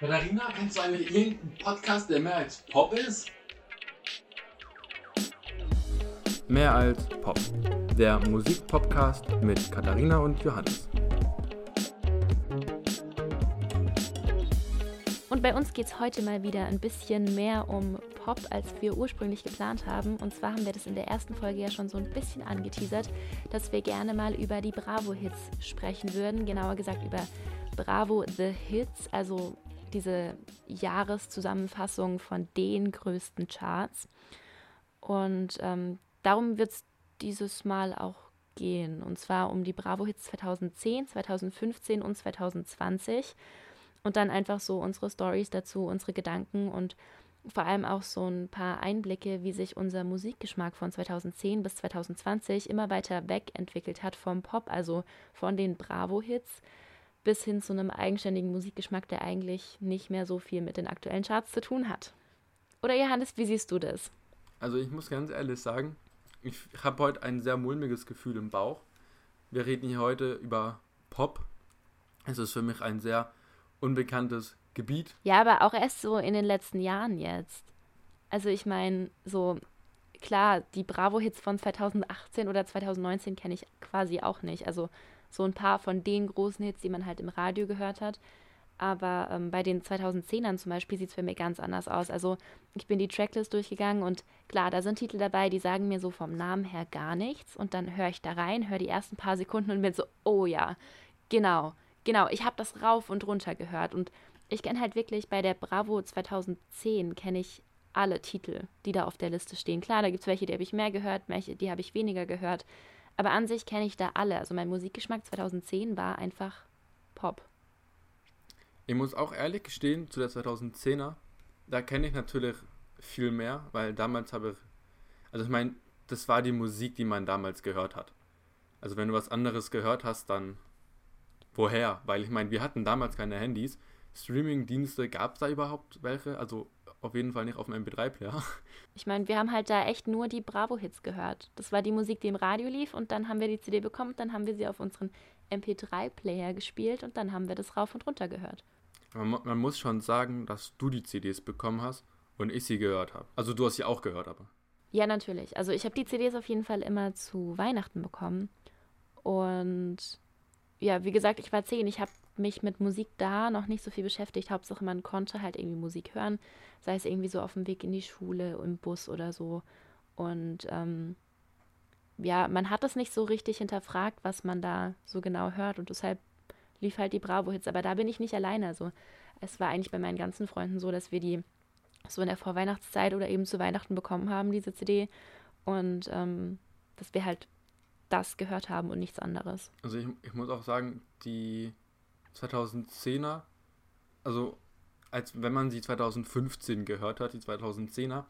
Katharina, kennst du eigentlich irgendeinen Podcast, der mehr als Pop ist? Mehr als Pop. Der Musikpodcast mit Katharina und Johannes. Und bei uns geht es heute mal wieder ein bisschen mehr um Pop, als wir ursprünglich geplant haben. Und zwar haben wir das in der ersten Folge ja schon so ein bisschen angeteasert, dass wir gerne mal über die Bravo-Hits sprechen würden. Genauer gesagt über Bravo The Hits, also diese Jahreszusammenfassung von den größten Charts. Und darum wird es dieses Mal auch gehen. Und zwar um die Bravo-Hits 2010, 2015 und 2020. Und dann einfach so unsere Stories dazu, unsere Gedanken und vor allem auch so ein paar Einblicke, wie sich unser Musikgeschmack von 2010 bis 2020 immer weiter wegentwickelt hat vom Pop, also von den Bravo-Hits, bis hin zu einem eigenständigen Musikgeschmack, der eigentlich nicht mehr so viel mit den aktuellen Charts zu tun hat. Oder Johannes, wie siehst du das? Also ich muss ganz ehrlich sagen, ich habe heute ein sehr mulmiges Gefühl im Bauch. Wir reden hier heute über Pop. Es ist für mich ein sehr unbekanntes Gebiet. Ja, aber auch erst so in den letzten Jahren jetzt. Also ich meine, so klar, die Bravo-Hits von 2018 oder 2019 kenne ich quasi auch nicht. Also so ein paar von den großen Hits, die man halt im Radio gehört hat. Aber bei den 2010ern zum Beispiel sieht es für mich ganz anders aus. Also ich bin die Tracklist durchgegangen und klar, da sind Titel dabei, die sagen mir so vom Namen her gar nichts. Und dann höre ich da rein, höre die ersten paar Sekunden und bin so, oh ja, genau, ich habe das rauf und runter gehört. Und ich kenne halt wirklich bei der Bravo 2010 kenne ich alle Titel, die da auf der Liste stehen. Klar, da gibt es welche, die habe ich mehr gehört, welche, die habe ich weniger gehört. Aber an sich kenne ich da alle. Also mein Musikgeschmack 2010 war einfach Pop. Ich muss auch ehrlich gestehen, zu der 2010er, da kenne ich natürlich viel mehr, weil damals also ich meine, das war die Musik, die man damals gehört hat. Also wenn du was anderes gehört hast, dann woher? Weil ich meine, wir hatten damals keine Handys. Streaming-Dienste, gab es da überhaupt welche? Also auf jeden Fall nicht auf dem MP3-Player. Ich meine, wir haben halt da echt nur die Bravo-Hits gehört. Das war die Musik, die im Radio lief und dann haben wir die CD bekommen, dann haben wir sie auf unseren MP3-Player gespielt und dann haben wir das rauf und runter gehört. Man muss schon sagen, dass du die CDs bekommen hast und ich sie gehört habe. Also du hast sie auch gehört, aber. Ja, natürlich. Also ich habe die CDs auf jeden Fall immer zu Weihnachten bekommen. Und ja, wie gesagt, ich war 10. Ich habe mich mit Musik da noch nicht so viel beschäftigt. Hauptsache, man konnte halt irgendwie Musik hören. Sei es irgendwie so auf dem Weg in die Schule, im Bus oder so. Und ja, man hat das nicht so richtig hinterfragt, was man da so genau hört. Und deshalb lief halt die Bravo-Hits. Aber da bin ich nicht alleine. Also es war eigentlich bei meinen ganzen Freunden so, dass wir die so in der Vorweihnachtszeit oder eben zu Weihnachten bekommen haben, diese CD. Und dass wir halt das gehört haben und nichts anderes. Also ich muss auch sagen, die 2010er, also als wenn man sie 2015 gehört hat, die 2010er,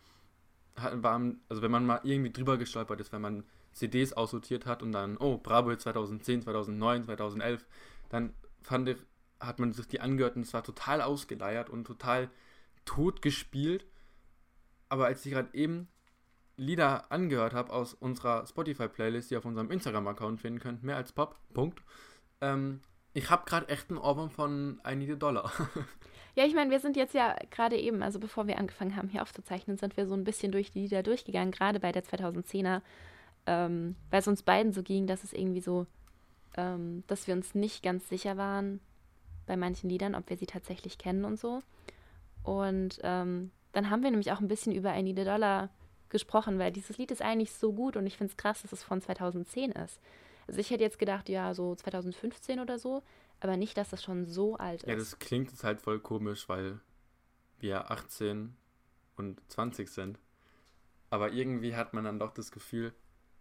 also wenn man mal irgendwie drüber gestolpert ist, wenn man CDs aussortiert hat und dann, oh, Bravo 2010, 2009, 2011, dann hat man sich die angehört und es war total ausgeleiert und total tot gespielt. Aber als ich gerade eben Lieder angehört habe aus unserer Spotify-Playlist, die ihr auf unserem Instagram-Account finden könnt, mehr als Pop, Punkt. Ich habe gerade echt einen Ohrwurm von I Need a Dollar. Ja, ich meine, wir sind jetzt ja gerade eben, also bevor wir angefangen haben hier aufzuzeichnen, sind wir so ein bisschen durch die Lieder durchgegangen, gerade bei der 2010er, weil es uns beiden so ging, dass es irgendwie so, dass wir uns nicht ganz sicher waren bei manchen Liedern, ob wir sie tatsächlich kennen und so. Und dann haben wir nämlich auch ein bisschen über I Need a Dollar gesprochen, weil dieses Lied ist eigentlich so gut und ich finde es krass, dass es von 2010 ist. Also ich hätte jetzt gedacht, ja, so 2015 oder so, aber nicht, dass das schon so alt ist. Ja, das klingt jetzt halt voll komisch, weil wir 18 und 20 sind. Aber irgendwie hat man dann doch das Gefühl,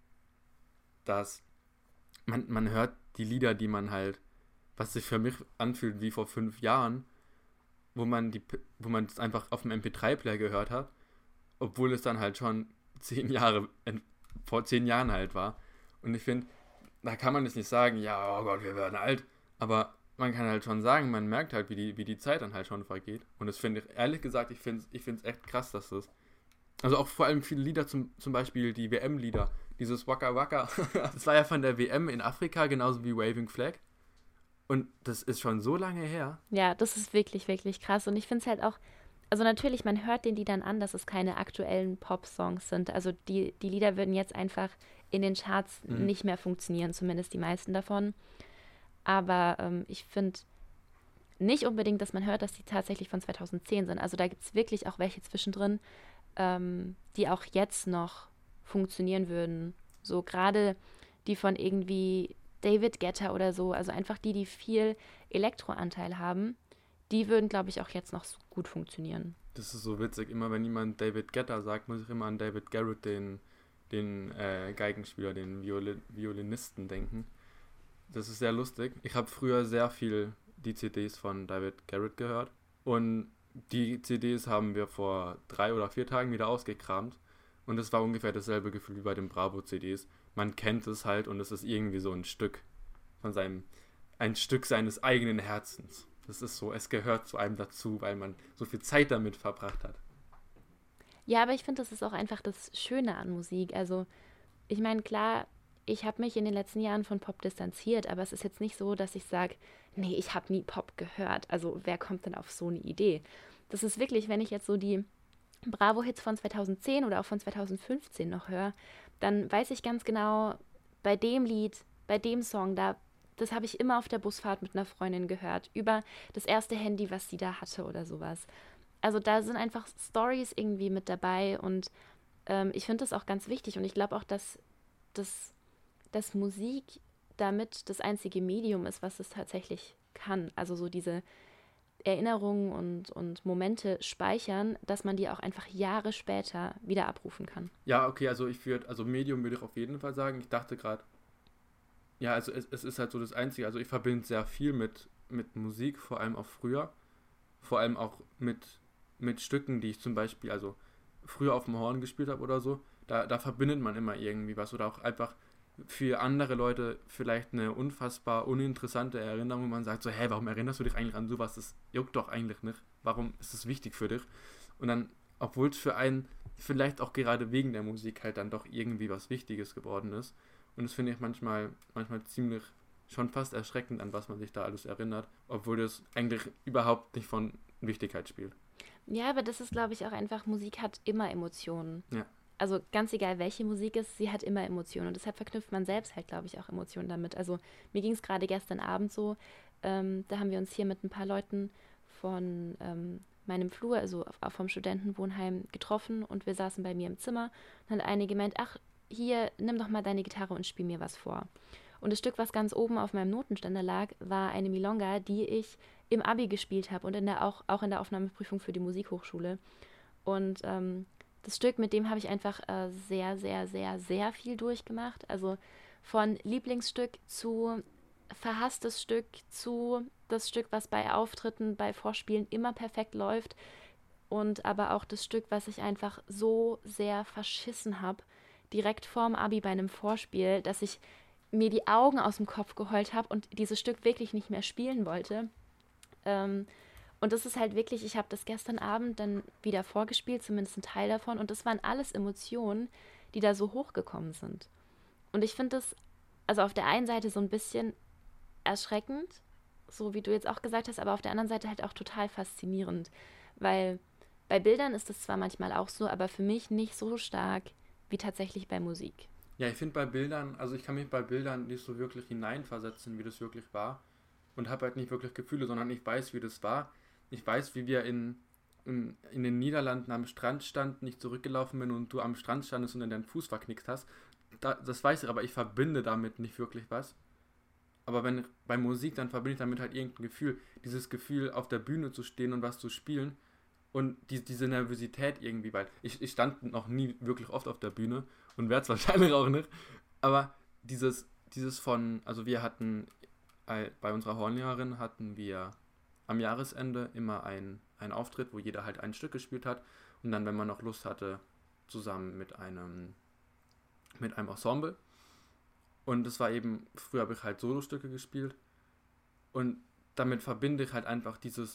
dass man hört die Lieder, die man halt, was sich für mich anfühlt wie vor 5 Jahren, wo man es einfach auf dem MP3-Player gehört hat, obwohl es dann halt schon 10 Jahre, vor 10 Jahren halt war. Und ich finde, da kann man jetzt nicht sagen, ja, oh Gott, wir werden alt, aber man kann halt schon sagen, man merkt halt, wie die Zeit dann halt schon vergeht. Und das finde ich, ehrlich gesagt, ich finde es echt krass, dass das, also auch vor allem viele Lieder, zum Beispiel die WM-Lieder, dieses Waka Waka, das war ja von der WM in Afrika, genauso wie Waving Flag. Und das ist schon so lange her. Ja, das ist wirklich, wirklich krass. Und ich finde es halt auch, also natürlich, man hört den Liedern an, dass es keine aktuellen Pop-Songs sind. Also die Lieder würden jetzt einfach in den Charts nicht mehr funktionieren, zumindest die meisten davon. Aber ich finde nicht unbedingt, dass man hört, dass die tatsächlich von 2010 sind. Also da gibt es wirklich auch welche zwischendrin, die auch jetzt noch funktionieren würden. So gerade die von irgendwie David Guetta oder so, also einfach die viel Elektroanteil haben, die würden, glaube ich, auch jetzt noch so gut funktionieren. Das ist so witzig. Immer wenn jemand David Guetta sagt, muss ich immer an David Garrett, den Geigenspieler, den Violinisten denken. Das ist sehr lustig. Ich habe früher sehr viel die CDs von David Garrett gehört. Und die CDs haben wir vor 3 oder 4 Tagen wieder ausgekramt. Und es war ungefähr dasselbe Gefühl wie bei den Bravo-CDs. Man kennt es halt und es ist irgendwie so ein Stück ein Stück seines eigenen Herzens. Das ist so, es gehört zu einem dazu, weil man so viel Zeit damit verbracht hat. Ja, aber ich finde, das ist auch einfach das Schöne an Musik. Also, ich meine, klar, ich habe mich in den letzten Jahren von Pop distanziert, aber es ist jetzt nicht so, dass ich sage, nee, ich habe nie Pop gehört. Also, wer kommt denn auf so eine Idee? Das ist wirklich, wenn ich jetzt so die Bravo-Hits von 2010 oder auch von 2015 noch höre, dann weiß ich ganz genau, bei dem Lied, bei dem Song, das habe ich immer auf der Busfahrt mit einer Freundin gehört, über das erste Handy, was sie da hatte oder sowas. Also da sind einfach Stories irgendwie mit dabei und ich finde das auch ganz wichtig und ich glaube auch, dass, dass Musik damit das einzige Medium ist, was es tatsächlich kann. Also so diese Erinnerungen und Momente speichern, dass man die auch einfach Jahre später wieder abrufen kann. Ja, okay, also Medium würde ich auf jeden Fall sagen. Ich dachte gerade, ja, also es ist halt so das Einzige. Also ich verbinde sehr viel mit Musik, vor allem auch früher. Vor allem auch mit Stücken, die ich zum Beispiel, also früher auf dem Horn gespielt habe oder so. Da verbindet man immer irgendwie was. Oder auch einfach für andere Leute vielleicht eine unfassbar uninteressante Erinnerung, wo man sagt so, hä, warum erinnerst du dich eigentlich an sowas? Das juckt doch eigentlich nicht. Warum ist es wichtig für dich? Und dann, obwohl es für einen vielleicht auch gerade wegen der Musik halt dann doch irgendwie was Wichtiges geworden ist. Und das finde ich manchmal ziemlich schon fast erschreckend, an was man sich da alles erinnert, obwohl das eigentlich überhaupt nicht von Wichtigkeit spielt. Ja, aber das ist, glaube ich, auch einfach, Musik hat immer Emotionen. Ja. Also ganz egal, welche Musik ist, sie hat immer Emotionen. Und deshalb verknüpft man selbst halt, glaube ich, auch Emotionen damit. Also mir ging es gerade gestern Abend so, da haben wir uns hier mit ein paar Leuten von meinem Flur, also auch vom Studentenwohnheim getroffen und wir saßen bei mir im Zimmer und hat eine gemeint, ach, hier, nimm doch mal deine Gitarre und spiel mir was vor. Und das Stück, was ganz oben auf meinem Notenständer lag, war eine Milonga, die ich im Abi gespielt habe und auch in der Aufnahmeprüfung für die Musikhochschule. Und das Stück, mit dem habe ich einfach sehr, sehr, sehr, sehr viel durchgemacht. Also von Lieblingsstück zu verhasstes Stück zu das Stück, was bei Auftritten, bei Vorspielen immer perfekt läuft. Und aber auch das Stück, was ich einfach so sehr verschissen habe, direkt vorm Abi bei einem Vorspiel, dass ich mir die Augen aus dem Kopf geheult habe und dieses Stück wirklich nicht mehr spielen wollte. Und das ist halt wirklich, ich habe das gestern Abend dann wieder vorgespielt, zumindest ein Teil davon. Und das waren alles Emotionen, die da so hochgekommen sind. Und ich finde das, also auf der einen Seite so ein bisschen erschreckend, so wie du jetzt auch gesagt hast, aber auf der anderen Seite halt auch total faszinierend. Weil bei Bildern ist das zwar manchmal auch so, aber für mich nicht so stark wie tatsächlich bei Musik. Ja, ich finde bei Bildern, also ich kann mich bei Bildern nicht so wirklich hineinversetzen, wie das wirklich war. Und habe halt nicht wirklich Gefühle, sondern ich weiß, wie das war. Ich weiß, wie wir in den Niederlanden am Strand standen, nicht zurückgelaufen bin und du am Strand standest und dann deinen Fuß verknickt hast. Das weiß ich, aber ich verbinde damit nicht wirklich was. Aber wenn bei Musik, dann verbinde ich damit halt irgendein Gefühl. Dieses Gefühl, auf der Bühne zu stehen und was zu spielen. Und diese Nervosität irgendwie, weil ich stand noch nie wirklich oft auf der Bühne und werde es wahrscheinlich auch nicht. Aber dieses also wir hatten, bei unserer Hornlehrerin hatten wir am Jahresende immer einen Auftritt, wo jeder halt ein Stück gespielt hat. Und dann, wenn man noch Lust hatte, zusammen mit einem Ensemble. Und das war eben, früher habe ich halt Solostücke gespielt. Und damit verbinde ich halt einfach dieses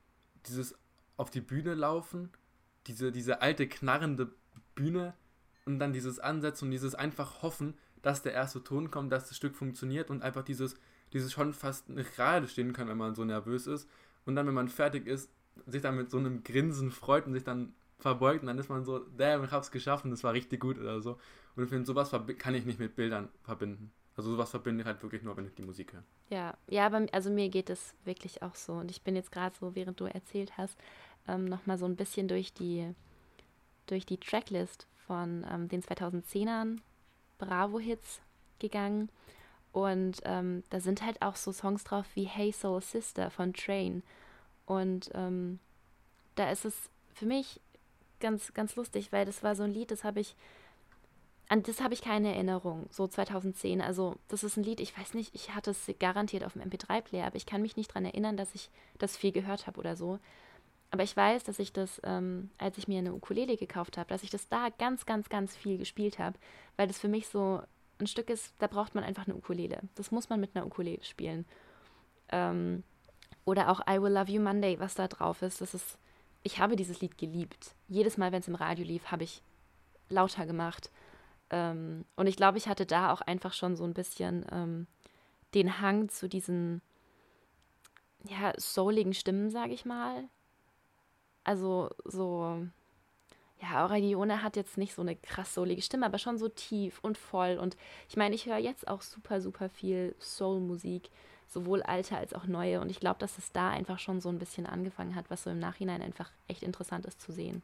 auf die Bühne laufen, diese alte knarrende Bühne und dann dieses Ansetzen und dieses einfach hoffen, dass der erste Ton kommt, dass das Stück funktioniert und einfach dieses dieses schon fast nicht gerade stehen können, wenn man so nervös ist. Und dann, wenn man fertig ist, sich dann mit so einem Grinsen freut und sich dann verbeugt und dann ist man so, damn, ich hab's geschafft und das war richtig gut oder so. Und ich finde, sowas kann ich nicht mit Bildern verbinden. Also sowas verbinde ich halt wirklich nur, wenn ich die Musik höre. Ja, aber also mir geht es wirklich auch so. Und ich bin jetzt gerade so, während du erzählt hast, nochmal so ein bisschen durch die Tracklist von den 2010ern Bravo-Hits gegangen. Und da sind halt auch so Songs drauf wie Hey Soul Sister von Train. Und da ist es für mich ganz, ganz lustig, weil das war so ein Lied, an das habe ich keine Erinnerung, so 2010. Also das ist ein Lied, ich weiß nicht, ich hatte es garantiert auf dem MP3-Player, aber ich kann mich nicht daran erinnern, dass ich das viel gehört habe oder so. Aber ich weiß, dass ich das, als ich mir eine Ukulele gekauft habe, dass ich das da ganz, ganz, ganz viel gespielt habe, weil das für mich so ein Stück ist, da braucht man einfach eine Ukulele. Das muss man mit einer Ukulele spielen. Oder auch I Will Love You Monday, was da drauf ist. Ich habe dieses Lied geliebt. Jedes Mal, wenn es im Radio lief, habe ich lauter gemacht. Und ich glaube, ich hatte da auch einfach schon so ein bisschen den Hang zu diesen, ja, souligen Stimmen, sage ich mal. Also so, ja, Aurelione hat jetzt nicht so eine krass soulige Stimme, aber schon so tief und voll. Und ich meine, ich höre jetzt auch super, super viel Soul-Musik, sowohl alte als auch neue. Und ich glaube, dass es da einfach schon so ein bisschen angefangen hat, was so im Nachhinein einfach echt interessant ist zu sehen.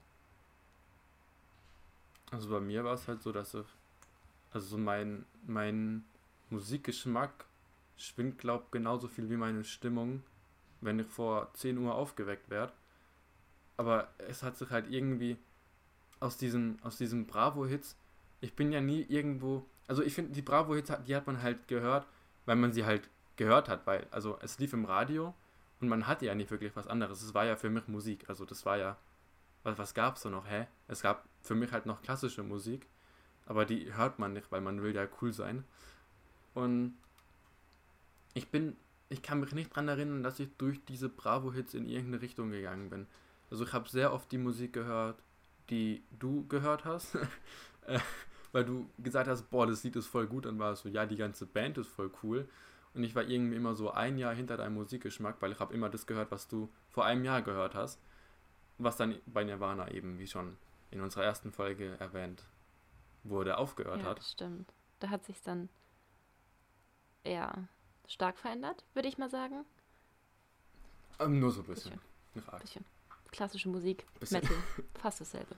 Also bei mir war es halt so, dass so mein Musikgeschmack schwingt, glaube ich, genauso viel wie meine Stimmung, wenn ich vor 10 Uhr aufgeweckt werde. Aber es hat sich halt irgendwie aus diesen Bravo-Hits, ich bin ja nie irgendwo, also ich finde, die Bravo-Hits, die hat man halt gehört, weil man sie halt gehört hat, weil, also es lief im Radio und man hatte ja nicht wirklich was anderes. Es war ja für mich Musik, also das war ja, was gab's da noch, hä? Es gab für mich halt noch klassische Musik, aber die hört man nicht, weil man will ja cool sein. Und ich kann mich nicht dran erinnern, dass ich durch diese Bravo-Hits in irgendeine Richtung gegangen bin. Also ich habe sehr oft die Musik gehört, die du gehört hast, weil du gesagt hast, boah, das Lied ist voll gut, dann war es so, ja, die ganze Band ist voll cool. Und ich war irgendwie immer so ein Jahr hinter deinem Musikgeschmack, weil ich habe immer das gehört, was du vor einem Jahr gehört hast, was dann bei Nirvana eben, wie schon in unserer ersten Folge erwähnt wurde, aufgehört Ja, hat. das stimmt. Da hat sich dann eher stark verändert, würde ich mal sagen. Nur so ein bisschen. Bisschen. Klassische Musik, Bisschen. Metal, fast dasselbe.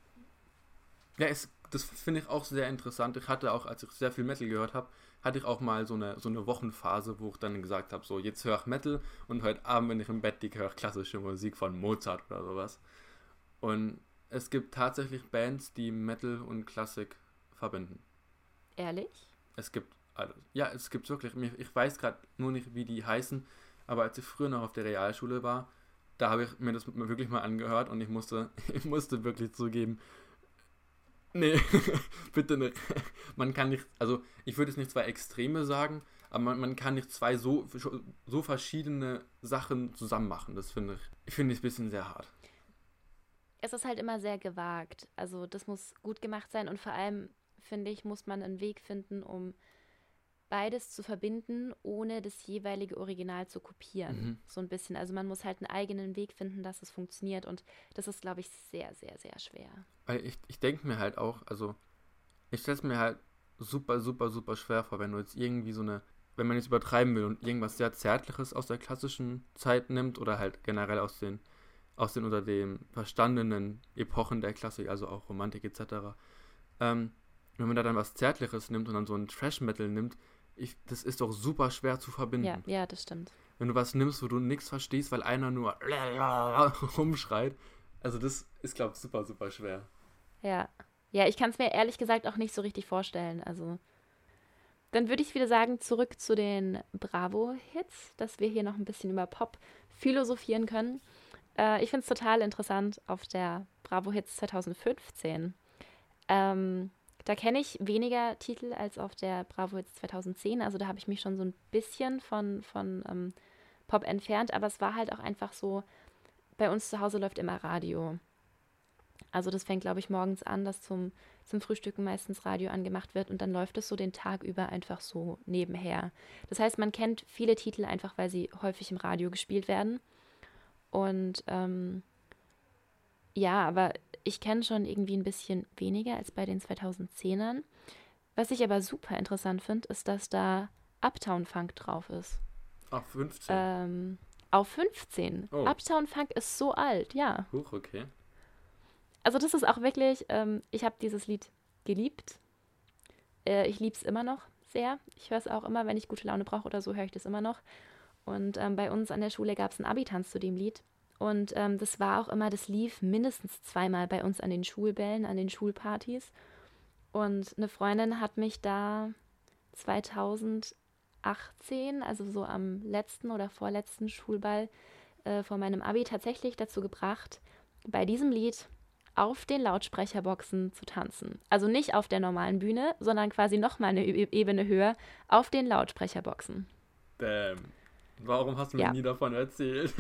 Ja, das finde ich auch sehr interessant. Ich hatte auch, als ich sehr viel Metal gehört habe, hatte ich auch mal so eine Wochenphase, wo ich dann gesagt habe, so jetzt höre ich Metal und heute Abend, wenn ich im Bett liege, höre ich klassische Musik von Mozart oder sowas. Und es gibt tatsächlich Bands, die Metal und Klassik verbinden. Ehrlich? Es gibt alles. Ja, es gibt wirklich. Ich weiß gerade nur nicht, wie die heißen, aber als ich früher noch auf der Realschule war, da habe ich mir das wirklich mal angehört und ich musste wirklich zugeben, nee, bitte nicht. Man kann nicht, also ich würde jetzt nicht zwei Extreme sagen, aber man kann nicht zwei so verschiedene Sachen zusammen machen. Das finde ich ein bisschen sehr hart. Es ist halt immer sehr gewagt. Also das muss gut gemacht sein und vor allem, finde ich, muss man einen Weg finden, um beides zu verbinden, ohne das jeweilige Original zu kopieren. Mhm. So ein bisschen. Also man muss halt einen eigenen Weg finden, dass es funktioniert und das ist, glaube ich, sehr, sehr, sehr schwer. Weil ich denke mir halt auch, also ich stelle es mir halt super, super, super schwer vor, wenn du jetzt irgendwie wenn man jetzt übertreiben will und irgendwas sehr Zärtliches aus der klassischen Zeit nimmt oder halt generell aus den unter den verstandenen Epochen der Klassik, also auch Romantik etc. Wenn man da dann was Zärtliches nimmt und dann so ein Trash-Metal nimmt, das ist doch super schwer zu verbinden. Ja, das stimmt. Wenn du was nimmst, wo du nichts verstehst, weil einer nur rumschreit, also das ist, glaube ich, super, super schwer. Ja, ich kann es mir ehrlich gesagt auch nicht so richtig vorstellen. Also dann würde ich wieder sagen, zurück zu den Bravo-Hits, dass wir hier noch ein bisschen über Pop philosophieren können. Ich finde es total interessant auf der Bravo-Hits 2015. Da kenne ich weniger Titel als auf der Bravo-Hits 2010. Also da habe ich mich schon so ein bisschen von Pop entfernt. Aber es war halt auch einfach so, bei uns zu Hause läuft immer Radio. Also das fängt, glaube ich, morgens an, dass zum Frühstücken meistens Radio angemacht wird und dann läuft es so den Tag über einfach so nebenher. Das heißt, man kennt viele Titel einfach, weil sie häufig im Radio gespielt werden. Und ja, aber ich kenne schon irgendwie ein bisschen weniger als bei den 2010ern. Was ich aber super interessant finde, ist, dass da Uptown Funk drauf ist. Ach, 15. Auf 15. Oh. Uptown Funk ist so alt, ja. Huch, okay. Also das ist auch wirklich, ich habe dieses Lied geliebt. Ich liebe es immer noch sehr. Ich höre es auch immer, wenn ich gute Laune brauche oder so, höre ich das immer noch. Und bei uns an der Schule gab es einen Abi-Tanz zu dem Lied. Und das war auch immer, das lief mindestens zweimal bei uns an den Schulbällen, an den Schulpartys. Und eine Freundin hat mich da 2018, also so am letzten oder vorletzten Schulball vor meinem Abi tatsächlich dazu gebracht, bei diesem Lied auf den Lautsprecherboxen zu tanzen. Also nicht auf der normalen Bühne, sondern quasi nochmal eine Ebene höher auf den Lautsprecherboxen. Damn. Warum hast du mir nie davon erzählt?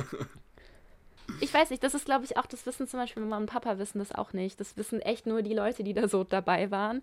Ich weiß nicht, das ist, glaube ich, auch, das wissen zum Beispiel Mama und Papa wissen das auch nicht. Das wissen echt nur die Leute, die da so dabei waren.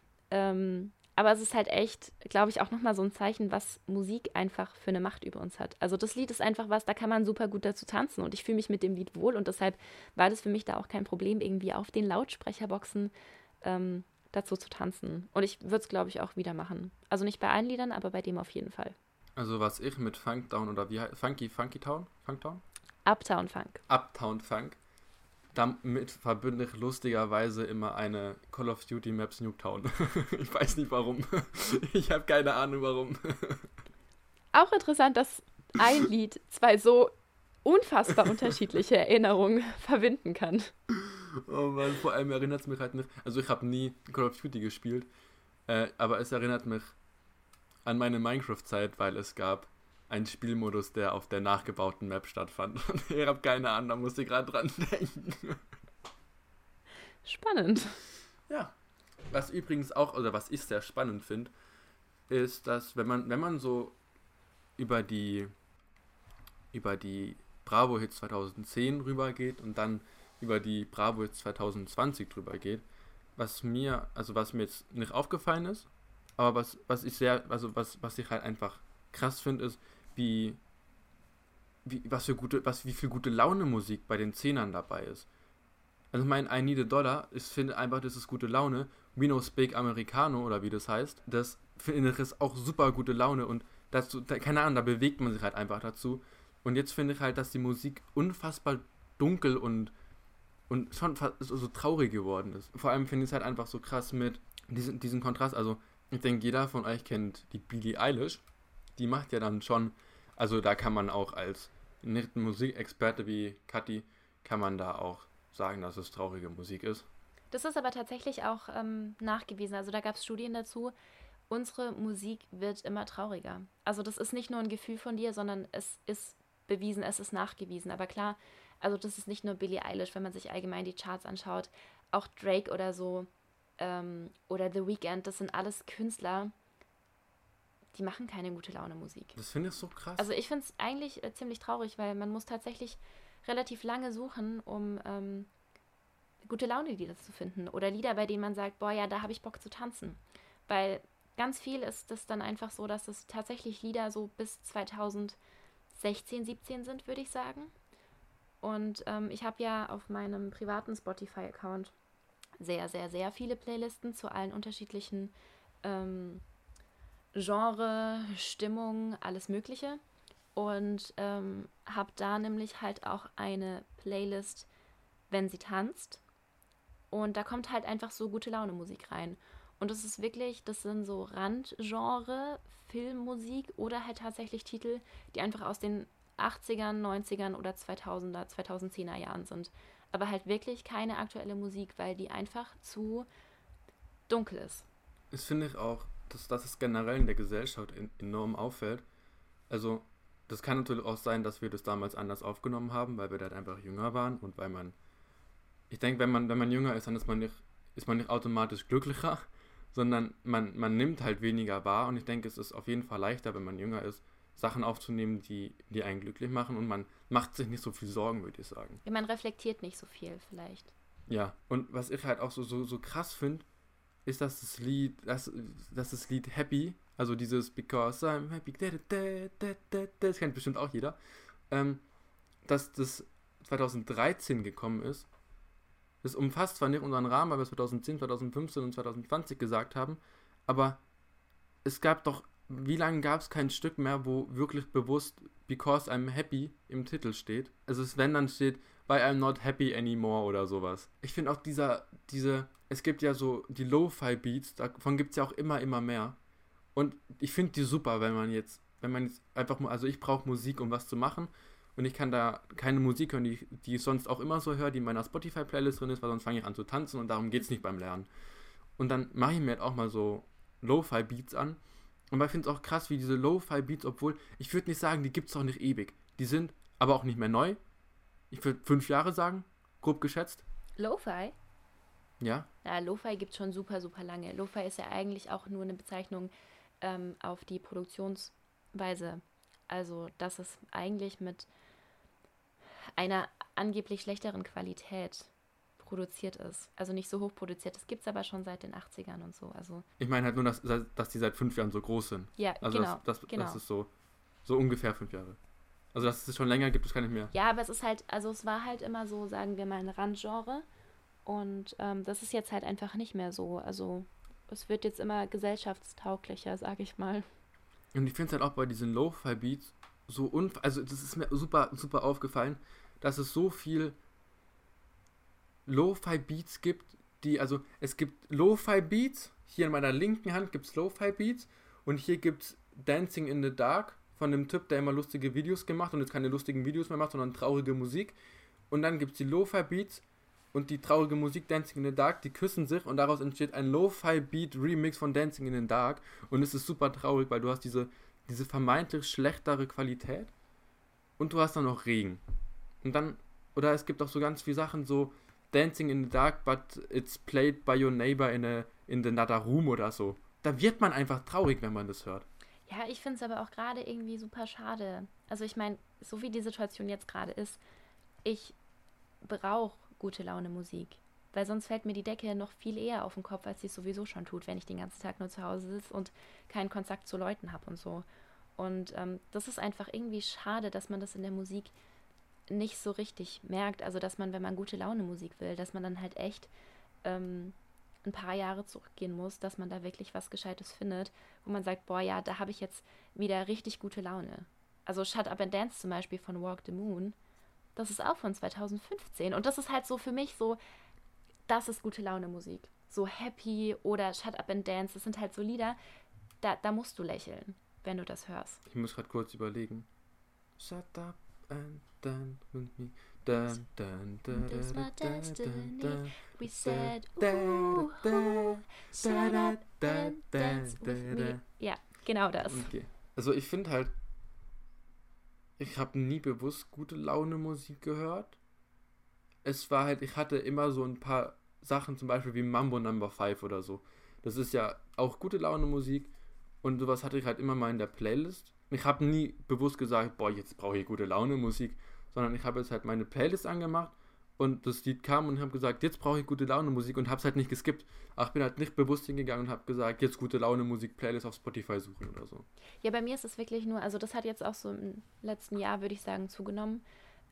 Aber es ist halt echt, glaube ich, auch nochmal so ein Zeichen, was Musik einfach für eine Macht über uns hat. Also das Lied ist einfach was, da kann man super gut dazu tanzen und ich fühle mich mit dem Lied wohl und deshalb war das für mich da auch kein Problem, irgendwie auf den Lautsprecherboxen dazu zu tanzen. Und ich würde es, glaube ich, auch wieder machen. Also nicht bei allen Liedern, aber bei dem auf jeden Fall. Also was ich mit Funkdown oder wie heißt Funktown? Uptown Funk. Uptown Funk. Damit verbinde ich lustigerweise immer eine Call of Duty Maps Nuketown. Ich weiß nicht warum. Ich habe keine Ahnung warum. Auch interessant, dass ein Lied zwei so unfassbar unterschiedliche Erinnerungen verbinden kann. Oh Mann, vor allem erinnert es mich halt nicht. Also ich habe nie Call of Duty gespielt, aber es erinnert mich an meine Minecraft-Zeit, weil es gab einen Spielmodus, der auf der nachgebauten Map stattfand. Und ich habe keine Ahnung, da muss ich gerade dran denken. Spannend. Ja. Was übrigens auch, oder was ich sehr spannend finde, ist, dass wenn man so über die Bravo-Hits 2010 rübergeht und dann über die Bravo-Hits 2020 drüber geht, was mir jetzt nicht aufgefallen ist, aber was ich halt einfach krass finde, ist, wie viel gute Laune Musik bei den Zehnern dabei ist. Also ich meine, I Need a Dollar, ich finde einfach, das ist gute Laune. We No Speak Americano, oder wie das heißt, das finde ich auch super gute Laune und keine Ahnung, da bewegt man sich halt einfach dazu. Und jetzt finde ich halt, dass die Musik unfassbar dunkel und schon fast so traurig geworden ist. Vor allem finde ich es halt einfach so krass mit diesen Kontrast. Also ich denke, jeder von euch kennt die Billie Eilish. Die macht ja dann schon, also da kann man auch als nicht Musikexperte wie Kathi, kann man da auch sagen, dass es traurige Musik ist. Das ist aber tatsächlich auch nachgewiesen. Also da gab es Studien dazu. Unsere Musik wird immer trauriger. Also das ist nicht nur ein Gefühl von dir, sondern es ist bewiesen, es ist nachgewiesen. Aber klar, also das ist nicht nur Billie Eilish, wenn man sich allgemein die Charts anschaut. Auch Drake oder so oder The Weeknd, das sind alles Künstler, die machen keine gute Laune Musik. Das finde ich so krass. Also ich finde es eigentlich ziemlich traurig, weil man muss tatsächlich relativ lange suchen, um gute Laune-Lieder zu finden. Oder Lieder, bei denen man sagt, boah, ja, da habe ich Bock zu tanzen. Weil ganz viel ist das dann einfach so, dass es tatsächlich Lieder so bis 2016, 17 sind, würde ich sagen. Und ich habe ja auf meinem privaten Spotify-Account sehr, sehr, sehr viele Playlisten zu allen unterschiedlichen Genre, Stimmung, alles Mögliche. Und habe da nämlich halt auch eine Playlist, wenn sie tanzt. Und da kommt halt einfach so gute Laune Musik rein. Und das ist wirklich, das sind so Randgenre, Filmmusik oder halt tatsächlich Titel, die einfach aus den 80ern, 90ern oder 2000er, 2010er Jahren sind. Aber halt wirklich keine aktuelle Musik, weil die einfach zu dunkel ist. Das finde ich auch, dass es generell in der Gesellschaft enorm auffällt. Also, das kann natürlich auch sein, dass wir das damals anders aufgenommen haben, weil wir da einfach jünger waren und weil ich denke, wenn man jünger ist, dann ist man nicht automatisch glücklicher, sondern man nimmt halt weniger wahr und ich denke, es ist auf jeden Fall leichter, wenn man jünger ist, Sachen aufzunehmen, die einen glücklich machen und man macht sich nicht so viel Sorgen, würde ich sagen. Ja, man reflektiert nicht so viel vielleicht. Ja, und was ich halt auch so krass finde, ist, dass das Lied Happy, also dieses Because I'm happy, das kennt bestimmt auch jeder, dass das 2013 gekommen ist. Das umfasst zwar nicht unseren Rahmen, weil wir 2010, 2015 und 2020 gesagt haben, aber es gab doch, wie lange gab es kein Stück mehr, wo wirklich bewusst Because I'm happy im Titel steht? Also wenn dann steht, Why I'm not happy anymore oder sowas. Ich finde auch es gibt ja so die Lo-Fi-Beats, davon gibt es ja auch immer mehr. Und ich finde die super, wenn man jetzt einfach mal, also ich brauche Musik, um was zu machen. Und ich kann da keine Musik hören, die ich sonst auch immer so höre, die in meiner Spotify-Playlist drin ist, weil sonst fange ich an zu tanzen und darum geht es nicht beim Lernen. Und dann mache ich mir halt auch mal so Lo-Fi-Beats an. Und ich finde es auch krass, wie diese Lo-Fi-Beats, obwohl, ich würde nicht sagen, die gibt es auch nicht ewig. Die sind aber auch nicht mehr neu. Ich würde 5 Jahre sagen, grob geschätzt. Lo-Fi? Ja. Ja, Lo-Fi gibt es schon super, super lange. Lo-Fi ist ja eigentlich auch nur eine Bezeichnung auf die Produktionsweise. Also, dass es eigentlich mit einer angeblich schlechteren Qualität produziert ist. Also nicht so hoch produziert. Das gibt es aber schon seit den 80ern und so. Also Ich meine halt nur, dass die seit 5 Jahren so groß sind. ja, Also genau. das ist so ungefähr 5 Jahre. Also dass es schon länger gibt, das kann ich mehr. Ja, aber es ist halt, also es war halt immer so, sagen wir mal, ein Randgenre. Und das ist jetzt halt einfach nicht mehr so. Also es wird jetzt immer gesellschaftstauglicher, sag ich mal. Und ich finde es halt auch bei diesen Lo-Fi-Beats also das ist mir super, super aufgefallen, dass es so viel Lo-Fi-Beats gibt, also es gibt Lo-Fi-Beats, hier in meiner linken Hand gibt es Lo-Fi-Beats und hier gibt es Dancing in the Dark von dem Typ, der immer lustige Videos gemacht und jetzt keine lustigen Videos mehr macht, sondern traurige Musik. Und dann gibt es die Lo-Fi-Beats und die traurige Musik Dancing in the Dark, die küssen sich und daraus entsteht ein Lo-Fi-Beat-Remix von Dancing in the Dark und es ist super traurig, weil du hast diese vermeintlich schlechtere Qualität und du hast dann noch Regen. Und dann, oder es gibt auch so ganz viele Sachen, so Dancing in the Dark, but it's played by your neighbor in the another room oder so. Da wird man einfach traurig, wenn man das hört. Ja, ich finde es aber auch gerade irgendwie super schade. Also ich meine, so wie die Situation jetzt gerade ist, ich brauche gute Laune Musik. Weil sonst fällt mir die Decke noch viel eher auf den Kopf, als sie es sowieso schon tut, wenn ich den ganzen Tag nur zu Hause sitze und keinen Kontakt zu Leuten habe und so. Und das ist einfach irgendwie schade, dass man das in der Musik nicht so richtig merkt. Also dass man, wenn man gute Laune Musik will, dass man dann halt echt ein paar Jahre zurückgehen muss, dass man da wirklich was Gescheites findet, wo man sagt, boah, ja, da habe ich jetzt wieder richtig gute Laune. Also Shut Up and Dance zum Beispiel von Walk the Moon, das ist auch von 2015. Und das ist halt so für mich so, das ist gute Laune Musik. So Happy oder Shut Up and Dance, das sind halt so Lieder, da musst du lächeln, wenn du das hörst. Ich muss gerade kurz überlegen. Shut up and dance with me. Dun, dun, dun, This dun, was dun, destiny. dun, We said, dun, ooh, shut up dun, and dance dun, with dun, me. dun. Ja, genau das. Okay. Also ich finde halt, ich habe nie bewusst gute Laune Musik gehört. Es war halt, ich hatte immer so ein paar Sachen, zum Beispiel wie Mambo Number 5 oder so. Das ist ja auch gute Laune Musik und sowas hatte ich halt immer mal in der Playlist. Ich habe nie bewusst gesagt, boah, jetzt brauche ich gute Laune Musik, sondern ich habe jetzt halt meine Playlist angemacht und das Lied kam und ich habe gesagt, jetzt brauche ich gute Laune Musik und habe es halt nicht geskippt. Ach, ich bin halt nicht bewusst hingegangen und habe gesagt, jetzt gute Laune Musik Playlist auf Spotify suchen oder so. Ja, bei mir ist es wirklich nur, also das hat jetzt auch so im letzten Jahr, würde ich sagen, zugenommen.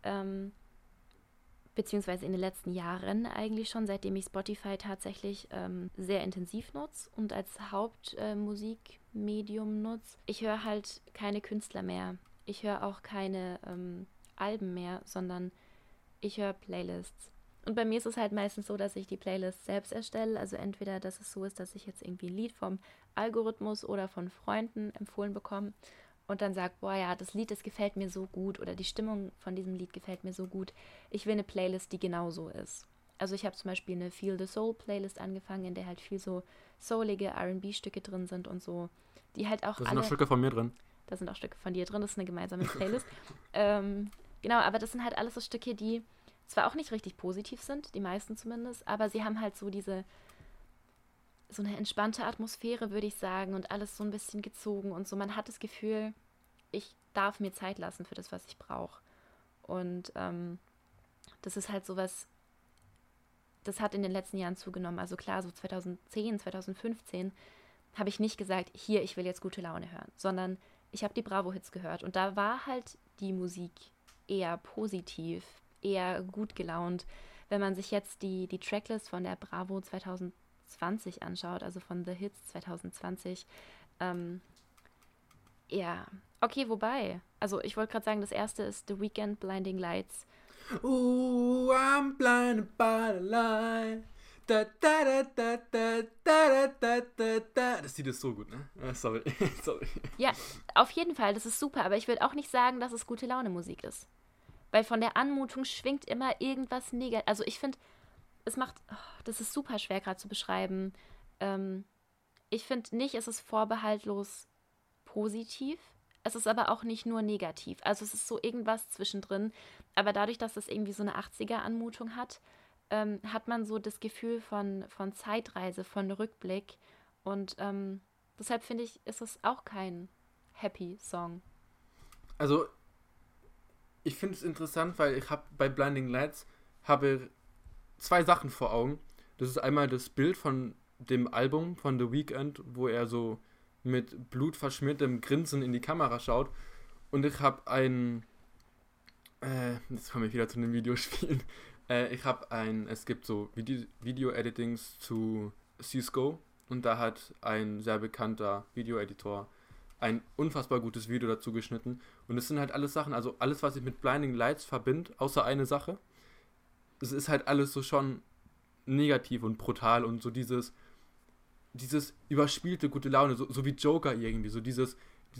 Beziehungsweise in den letzten Jahren eigentlich schon, seitdem ich Spotify tatsächlich sehr intensiv nutze und als Hauptmusikmedium nutze. Ich höre halt keine Künstler mehr. Ich höre auch keine Alben mehr, sondern ich höre Playlists. Und bei mir ist es halt meistens so, dass ich die Playlist selbst erstelle. Also entweder, dass es so ist, dass ich jetzt irgendwie ein Lied vom Algorithmus oder von Freunden empfohlen bekomme und dann sage, boah ja, das Lied, das gefällt mir so gut oder die Stimmung von diesem Lied gefällt mir so gut. Ich will eine Playlist, die genau so ist. Also ich habe zum Beispiel eine Feel the Soul Playlist angefangen, in der halt viel so soulige R&B-Stücke drin sind und so, die halt auch Da sind noch Stücke von mir drin. Da sind auch Stücke von dir drin, das ist eine gemeinsame Playlist. Genau, aber das sind halt alles so Stücke, die zwar auch nicht richtig positiv sind, die meisten zumindest, aber sie haben halt so so eine entspannte Atmosphäre, würde ich sagen, und alles so ein bisschen gezogen und so. Man hat das Gefühl, ich darf mir Zeit lassen für das, was ich brauche. Und das ist halt sowas, das hat in den letzten Jahren zugenommen. Also klar, so 2010, 2015 habe ich nicht gesagt, hier, ich will jetzt gute Laune hören, sondern ich habe die Bravo-Hits gehört und da war halt die Musik eher positiv, eher gut gelaunt. Wenn man sich jetzt die Tracklist von der Bravo 2020 anschaut, also von The Hits 2020, ja, okay, wobei, also ich wollte gerade sagen, das erste ist The Weeknd, Blinding Lights. Ooh, I'm blinded by the light. Da, da, da, da, da, da, da, da, da. Das Lied ist so gut, ne? Sorry. Sorry. Ja, auf jeden Fall, das ist super, aber ich würde auch nicht sagen, dass es gute Laune Musik ist. Weil von der Anmutung schwingt immer irgendwas negativ. Also ich finde, das ist super schwer gerade zu beschreiben. Ich finde nicht, es ist vorbehaltlos positiv. Es ist aber auch nicht nur negativ. Also es ist so irgendwas zwischendrin. Aber dadurch, dass es irgendwie so eine 80er-Anmutung hat, hat man so das Gefühl von Zeitreise, von Rückblick. Und deshalb finde ich, ist es auch kein Happy-Song. Also, ich finde es interessant, weil ich habe bei Blinding Lights zwei Sachen vor Augen. Das ist einmal das Bild von dem Album von The Weeknd, wo er so mit blutverschmiertem Grinsen in die Kamera schaut. Und ich habe jetzt komme ich wieder zu den Videospielen. Es gibt so Video-Editings zu Cisco und da hat ein sehr bekannter Video-Editor ein unfassbar gutes Video dazu geschnitten. Und es sind halt alles Sachen, also alles, was ich mit Blinding Lights verbinde, außer eine Sache. Es ist halt alles so schon negativ und brutal und so dieses überspielte gute Laune, so wie Joker irgendwie, so dieses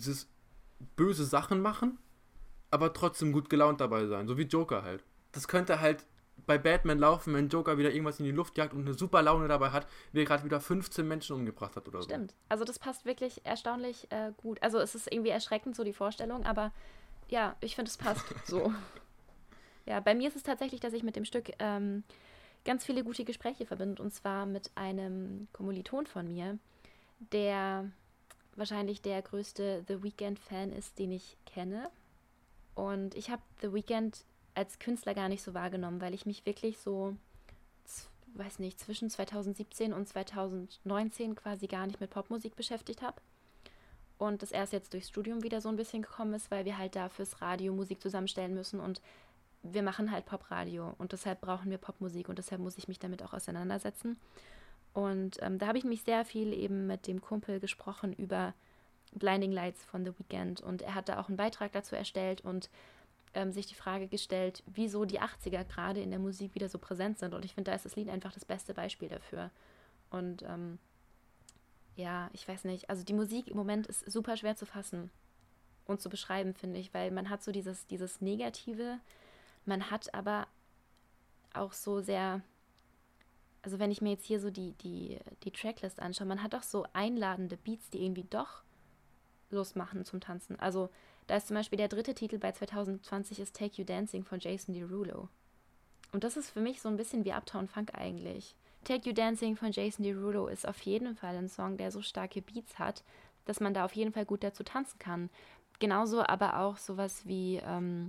böse Sachen machen, aber trotzdem gut gelaunt dabei sein, so wie Joker halt. Das könnte halt bei Batman laufen, wenn Joker wieder irgendwas in die Luft jagt und eine super Laune dabei hat, wie er gerade wieder 15 Menschen umgebracht hat oder so. Stimmt, also das passt wirklich erstaunlich gut. Also es ist irgendwie erschreckend, so die Vorstellung, aber ja, ich finde, es passt so. Ja, bei mir ist es tatsächlich, dass ich mit dem Stück ganz viele gute Gespräche verbinde, und zwar mit einem Kommiliton von mir, der wahrscheinlich der größte The Weeknd-Fan ist, den ich kenne. Und ich habe The Weeknd als Künstler gar nicht so wahrgenommen, weil ich mich wirklich so, weiß nicht, zwischen 2017 und 2019 quasi gar nicht mit Popmusik beschäftigt habe. Und das erst jetzt durchs Studium wieder so ein bisschen gekommen ist, weil wir halt da fürs Radio Musik zusammenstellen müssen und wir machen halt Popradio und deshalb brauchen wir Popmusik und deshalb muss ich mich damit auch auseinandersetzen. Und da habe ich mich sehr viel eben mit dem Kumpel gesprochen über Blinding Lights von The Weeknd und er hat da auch einen Beitrag dazu erstellt und sich die Frage gestellt, wieso die 80er gerade in der Musik wieder so präsent sind, und ich finde, da ist das Lied einfach das beste Beispiel dafür. Und ja, ich weiß nicht, also die Musik im Moment ist super schwer zu fassen und zu beschreiben, finde ich, weil man hat so dieses Negative, man hat aber auch so sehr, also wenn ich mir jetzt hier so die Tracklist anschaue, man hat auch so einladende Beats, die irgendwie doch Lust machen zum Tanzen. Also da ist zum Beispiel der dritte Titel bei 2020 ist Take You Dancing von Jason Derulo. Und das ist für mich so ein bisschen wie Uptown Funk eigentlich. Take You Dancing von Jason Derulo ist auf jeden Fall ein Song, der so starke Beats hat, dass man da auf jeden Fall gut dazu tanzen kann. Genauso aber auch sowas wie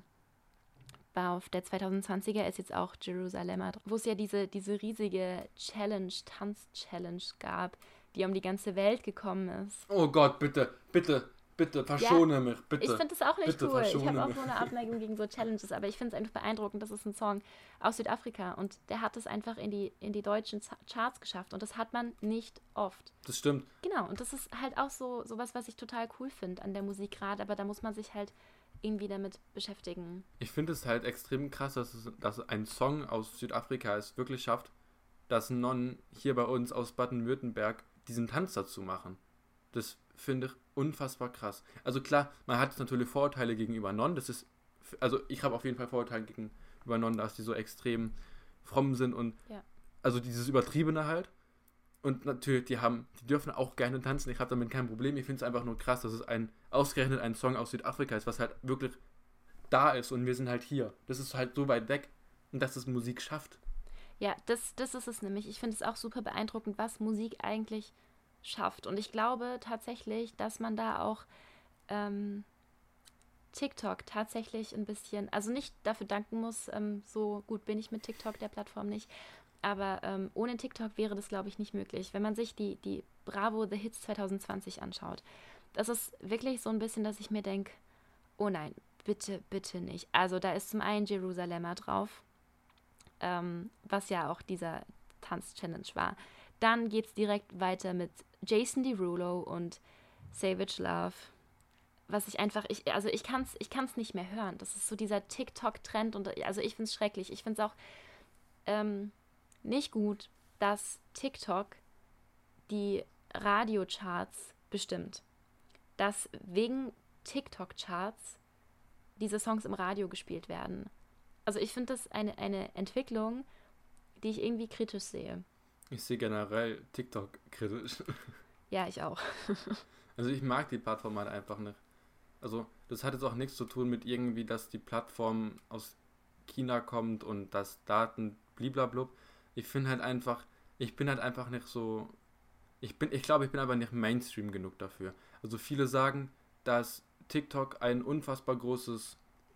auf der 2020er ist jetzt auch Jerusalem, wo es ja diese riesige Tanz-Challenge gab, die um die ganze Welt gekommen ist. Oh Gott, bitte, verschone mich, bitte. Ich finde das auch nicht bitte, cool. Ich habe auch so eine Abneigung gegen so Challenges, aber ich finde es einfach beeindruckend, das ist ein Song aus Südafrika und der hat es einfach in die deutschen Charts geschafft und das hat man nicht oft. Das stimmt. Genau, und das ist halt auch sowas, was ich total cool finde an der Musik gerade, aber da muss man sich halt irgendwie damit beschäftigen. Ich finde es halt extrem krass, dass ein Song aus Südafrika es wirklich schafft, dass Non hier bei uns aus Baden-Württemberg diesen Tanz dazu machen. Das finde ich unfassbar krass. Also klar, man hat natürlich Vorurteile gegenüber Non. Also ich habe auf jeden Fall Vorurteile gegenüber Non, dass die so extrem fromm sind und also dieses Übertriebene halt. Und natürlich, die dürfen auch gerne tanzen. Ich habe damit kein Problem. Ich finde es einfach nur krass, dass es ausgerechnet ein Song aus Südafrika ist, was halt wirklich da ist und wir sind halt hier. Das ist halt so weit weg und dass es Musik schafft. Ja, das ist es nämlich. Ich finde es auch super beeindruckend, was Musik eigentlich schafft. Und ich glaube tatsächlich, dass man da auch TikTok tatsächlich ein bisschen, also nicht dafür danken muss, so gut bin ich mit TikTok, der Plattform nicht, aber ohne TikTok wäre das, glaube ich, nicht möglich. Wenn man sich die Bravo The Hits 2020 anschaut, das ist wirklich so ein bisschen, dass ich mir denke, oh nein, bitte, bitte nicht. Also da ist zum einen Jerusalemer drauf, was ja auch dieser Tanz-Challenge war. Dann geht es direkt weiter mit Jason Derulo und Savage Love. Was ich einfach, ich kann es nicht mehr hören. Das ist so dieser TikTok-Trend und also ich finde es schrecklich. Ich finde es auch nicht gut, dass TikTok die Radiocharts bestimmt. Dass wegen TikTok-Charts diese Songs im Radio gespielt werden. Also ich finde das eine Entwicklung, die ich irgendwie kritisch sehe. Ich sehe generell TikTok kritisch. Ja, ich auch. Also ich mag die Plattform halt einfach nicht. Also das hat jetzt auch nichts zu tun mit irgendwie, dass die Plattform aus China kommt und dass Daten bliblablub. Ich bin halt einfach nicht so... Ich glaube, ich bin aber nicht Mainstream genug dafür. Also viele sagen, dass TikTok ein unfassbar großes...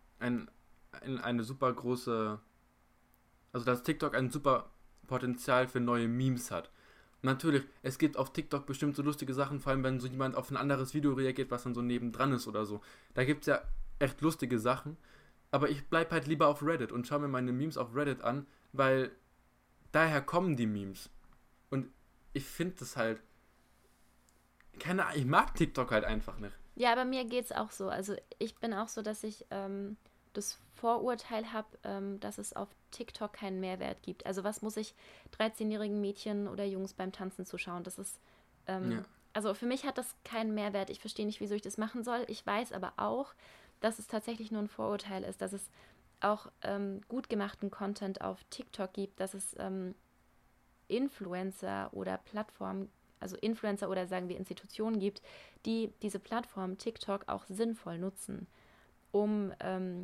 eine super große... Also dass TikTok ein super Potenzial für neue Memes hat. Und natürlich, es gibt auf TikTok bestimmt so lustige Sachen, vor allem wenn so jemand auf ein anderes Video reagiert, was dann so nebendran ist oder so. Da gibt es ja echt lustige Sachen. Aber ich bleibe halt lieber auf Reddit und schaue mir meine Memes auf Reddit an, weil daher kommen die Memes. Und ich finde das halt... Keine Ahnung, ich mag TikTok halt einfach nicht. Ja, aber mir geht's auch so. Also ich bin auch so, dass ich das Vorurteil habe, dass es auf TikTok keinen Mehrwert gibt. Also was muss ich 13-jährigen Mädchen oder Jungs beim Tanzen zuschauen? Das ist, also für mich hat das keinen Mehrwert. Ich verstehe nicht, wieso ich das machen soll. Ich weiß aber auch, dass es tatsächlich nur ein Vorurteil ist, dass es auch gut gemachten Content auf TikTok gibt, dass es Influencer oder Plattformen, also Influencer oder sagen wir Institutionen gibt, die diese Plattform TikTok auch sinnvoll nutzen, um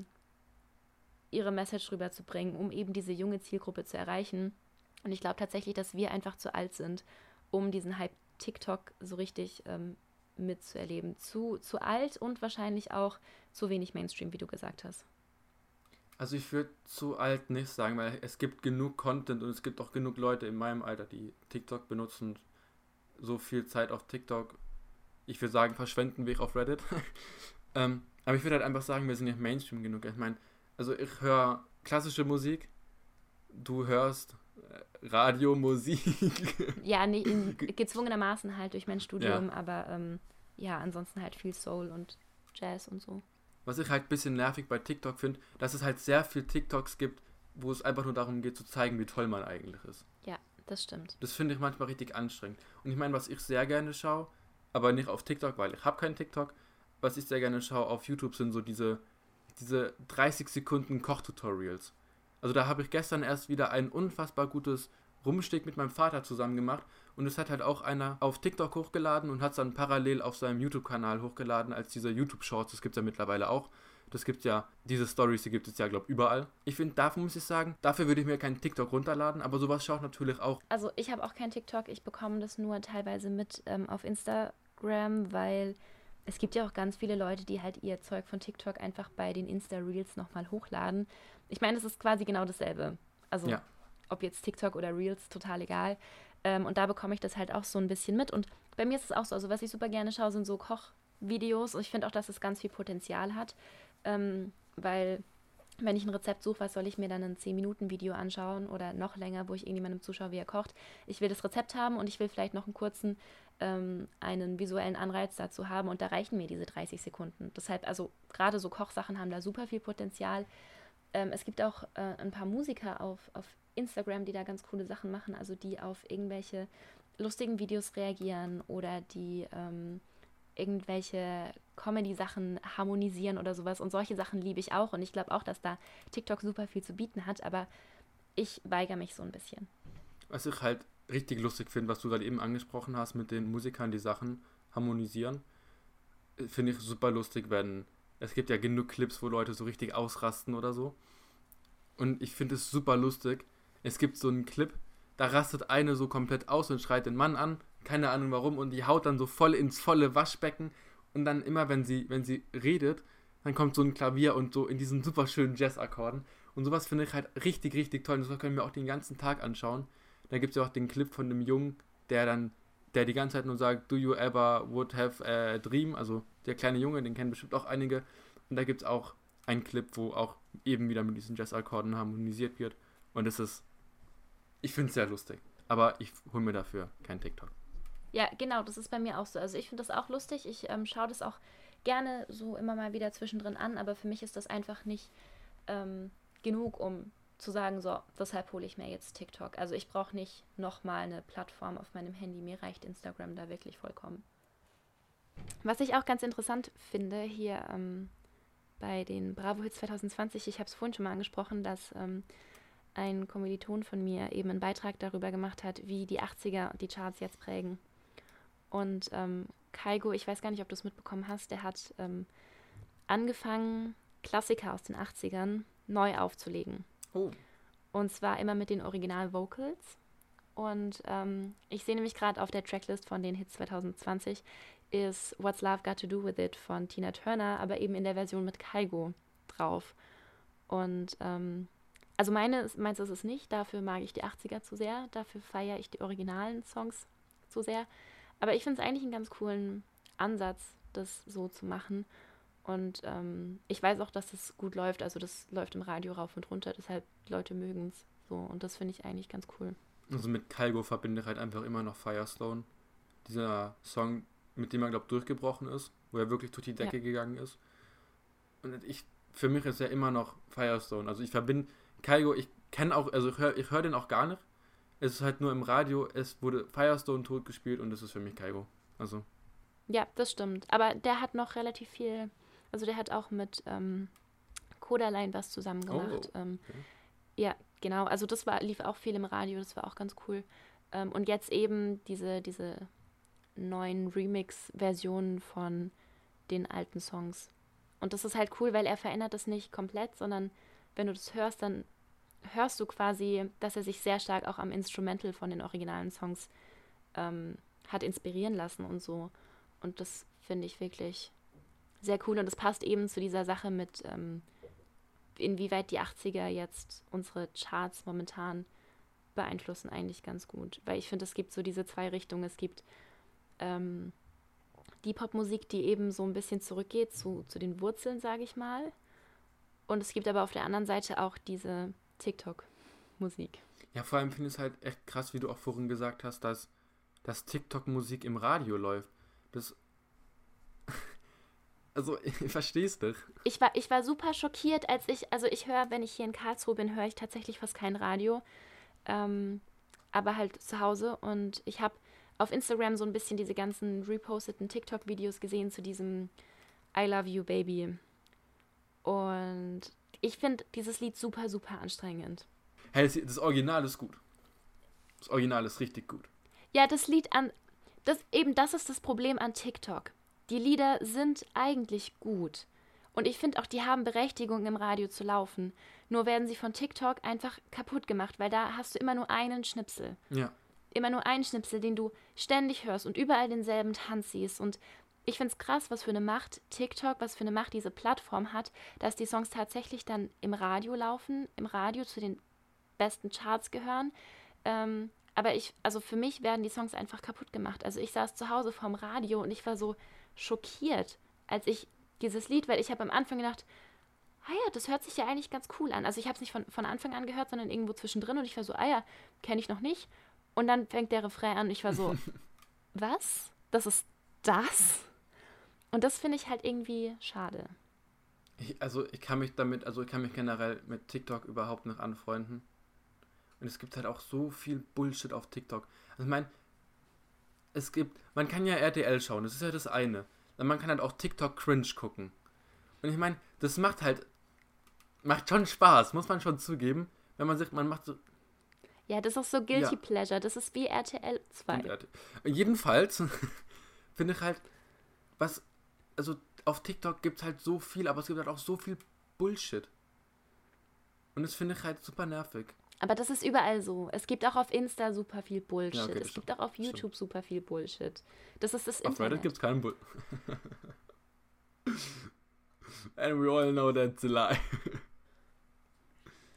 ihre Message rüberzubringen, um eben diese junge Zielgruppe zu erreichen. Und ich glaube tatsächlich, dass wir einfach zu alt sind, um diesen Hype TikTok so richtig mitzuerleben. Zu alt und wahrscheinlich auch zu wenig Mainstream, wie du gesagt hast. Also ich würde zu alt nicht sagen, weil es gibt genug Content und es gibt auch genug Leute in meinem Alter, die TikTok benutzen. So viel Zeit auf TikTok, ich würde sagen, verschwenden wir auf Reddit. Aber ich würde halt einfach sagen, wir sind nicht Mainstream genug. Ich meine, also ich höre klassische Musik, du hörst Radiomusik. Ja, nee, gezwungenermaßen halt durch mein Studium, ja. Aber ansonsten halt viel Soul und Jazz und so. Was ich halt ein bisschen nervig bei TikTok finde, dass es halt sehr viel TikToks gibt, wo es einfach nur darum geht, zu zeigen, wie toll man eigentlich ist. Ja, das stimmt. Das finde ich manchmal richtig anstrengend. Und ich meine, was ich sehr gerne schaue, aber nicht auf TikTok, weil ich habe keinen TikTok, was ich sehr gerne schaue auf YouTube sind so diese 30 Sekunden Kochtutorials. Also da habe ich gestern erst wieder ein unfassbar gutes Rumsteak mit meinem Vater zusammen gemacht und es hat halt auch einer auf TikTok hochgeladen und hat es dann parallel auf seinem YouTube-Kanal hochgeladen als diese YouTube-Shorts. Das gibt es ja mittlerweile auch. Das gibt ja, diese Stories, die gibt es ja, glaube ich, überall. Ich finde, dafür muss ich sagen, dafür würde ich mir keinen TikTok runterladen, aber sowas schaut natürlich auch. Also ich habe auch kein TikTok, ich bekomme das nur teilweise mit auf Instagram, weil es gibt ja auch ganz viele Leute, die halt ihr Zeug von TikTok einfach bei den Insta-Reels nochmal hochladen. Ich meine, es ist quasi genau dasselbe. Also ja. Ob jetzt TikTok oder Reels, total egal. Und da bekomme ich das halt auch so ein bisschen mit. Und bei mir ist es auch so, also was ich super gerne schaue, sind so Kochvideos. Und ich finde auch, dass es ganz viel Potenzial hat. Weil, wenn ich ein Rezept suche, was soll ich mir dann ein 10-Minuten-Video anschauen oder noch länger, wo ich irgendjemandem zuschaue, wie er kocht. Ich will das Rezept haben und ich will vielleicht noch einen kurzen, einen visuellen Anreiz dazu haben und da reichen mir diese 30 Sekunden. Deshalb, also gerade so Kochsachen haben da super viel Potenzial. Es gibt auch ein paar Musiker auf Instagram, die da ganz coole Sachen machen, also die auf irgendwelche lustigen Videos reagieren oder die irgendwelche Comedy-Sachen harmonisieren oder sowas. Und solche Sachen liebe ich auch. Und ich glaube auch, dass da TikTok super viel zu bieten hat. Aber ich weigere mich so ein bisschen. Was ich halt richtig lustig finde, was du gerade eben angesprochen hast mit den Musikern, die Sachen harmonisieren, finde ich super lustig, wenn es gibt ja genug Clips, wo Leute so richtig ausrasten oder so. Und ich finde es super lustig. Es gibt so einen Clip, da rastet eine so komplett aus und schreit den Mann an. Keine Ahnung warum, und die haut dann so voll ins volle Waschbecken und dann immer, wenn sie redet, dann kommt so ein Klavier und so in diesen super schönen Jazz-Akkorden Und sowas finde ich halt richtig, richtig toll. Und das können wir auch den ganzen Tag anschauen. Da gibt es ja auch den Clip von dem Jungen, der die ganze Zeit nur sagt, do you ever would have a dream? Also der kleine Junge, den kennen bestimmt auch einige. Und da gibt es auch einen Clip, wo auch eben wieder mit diesen Jazz-Akkorden harmonisiert wird. Und ich finde es sehr lustig. Aber ich hole mir dafür kein TikTok. Ja, genau, das ist bei mir auch so. Also ich finde das auch lustig. Ich schaue das auch gerne so immer mal wieder zwischendrin an, aber für mich ist das einfach nicht genug, um zu sagen, so, deshalb hole ich mir jetzt TikTok. Also ich brauche nicht nochmal eine Plattform auf meinem Handy. Mir reicht Instagram da wirklich vollkommen. Was ich auch ganz interessant finde hier bei den Bravo Hits 2020, ich habe es vorhin schon mal angesprochen, dass ein Kommiliton von mir eben einen Beitrag darüber gemacht hat, wie die 80er die Charts jetzt prägen. Und Kygo, ich weiß gar nicht, ob du es mitbekommen hast, der hat angefangen, Klassiker aus den 80ern neu aufzulegen. Oh. Und zwar immer mit den Original-Vocals. Und ich sehe nämlich gerade auf der Tracklist von den Hits 2020 ist What's Love Got to Do With It von Tina Turner, aber eben in der Version mit Kygo drauf. Und also meins ist es nicht, dafür mag ich die 80er zu sehr, dafür feiere ich die originalen Songs zu sehr. Aber ich finde es eigentlich einen ganz coolen Ansatz, das so zu machen. Und ich weiß auch, dass das gut läuft, also das läuft im Radio rauf und runter, deshalb die Leute mögen es so. Und das finde ich eigentlich ganz cool. Also mit Kygo verbinde ich halt einfach immer noch Firestone. Dieser Song, mit dem er, glaube ich, durchgebrochen ist, wo er wirklich durch die Decke gegangen ist. Und für mich ist er immer noch Firestone. Also ich verbinde Kygo, ich kenne auch, also ich höre den auch gar nicht. Es ist halt nur im Radio, es wurde Firestone tot gespielt und das ist für mich Kygo. Also. Ja, das stimmt. Aber der hat noch relativ viel, also der hat auch mit Kodaline was zusammen gemacht. Okay. Ja, genau. Also das lief auch viel im Radio, das war auch ganz cool. Und jetzt eben diese neuen Remix-Versionen von den alten Songs. Und das ist halt cool, weil er verändert das nicht komplett, sondern wenn du das hörst, dann hörst du quasi, dass er sich sehr stark auch am Instrumental von den originalen Songs hat inspirieren lassen und so. Und das finde ich wirklich sehr cool. Und das passt eben zu dieser Sache mit, inwieweit die 80er jetzt unsere Charts momentan beeinflussen, eigentlich ganz gut. Weil ich finde, es gibt so diese zwei Richtungen. Es gibt die Popmusik, die eben so ein bisschen zurückgeht zu den Wurzeln, sage ich mal. Und es gibt aber auf der anderen Seite auch diese TikTok-Musik. Ja, vor allem finde ich es halt echt krass, wie du auch vorhin gesagt hast, dass TikTok-Musik im Radio läuft. Das also, ich verstehe es nicht. Ich war super schockiert, ich höre, wenn ich hier in Karlsruhe bin, höre ich tatsächlich fast kein Radio, aber halt zu Hause. Und ich habe auf Instagram so ein bisschen diese ganzen reposteten TikTok-Videos gesehen zu diesem I Love You Baby. Und ich finde dieses Lied super, super anstrengend. Hey, das Original ist gut. Das Original ist richtig gut. Ja, das ist das Problem an TikTok. Die Lieder sind eigentlich gut. Und ich finde auch, die haben Berechtigung, im Radio zu laufen. Nur werden sie von TikTok einfach kaputt gemacht, weil da hast du immer nur einen Schnipsel. Ja. Immer nur einen Schnipsel, den du ständig hörst und überall denselben Tanz siehst. Und ich finde es krass, was für eine Macht TikTok, was für eine Macht diese Plattform hat, dass die Songs tatsächlich dann im Radio laufen, im Radio zu den besten Charts gehören. Aber für mich werden die Songs einfach kaputt gemacht. Also ich saß zu Hause vorm Radio und ich war so schockiert, als ich dieses Lied, weil ich habe am Anfang gedacht, das hört sich ja eigentlich ganz cool an. Also ich habe es nicht von Anfang an gehört, sondern irgendwo zwischendrin und ich war so, kenne ich noch nicht. Und dann fängt der Refrain an und ich war so, was? Das ist das? Und das finde ich halt irgendwie schade. Ich kann mich generell mit TikTok überhaupt nicht anfreunden. Und es gibt halt auch so viel Bullshit auf TikTok. Also ich meine, man kann ja RTL schauen, das ist ja das eine. Man kann halt auch TikTok Cringe gucken. Und ich meine, das macht schon Spaß, muss man schon zugeben, wenn man sagt, man macht so... Ja, das ist so Guilty Pleasure, das ist wie RTL 2. Jedenfalls finde ich halt, also auf TikTok gibt es halt so viel, aber es gibt halt auch so viel Bullshit. Und das finde ich halt super nervig. Aber das ist überall so. Es gibt auch auf Insta super viel Bullshit. Ja, okay, es gibt auch auf YouTube super viel Bullshit. Das ist das Internet. Auf Reddit gibt es keinen Bullshit. And we all know that's a lie.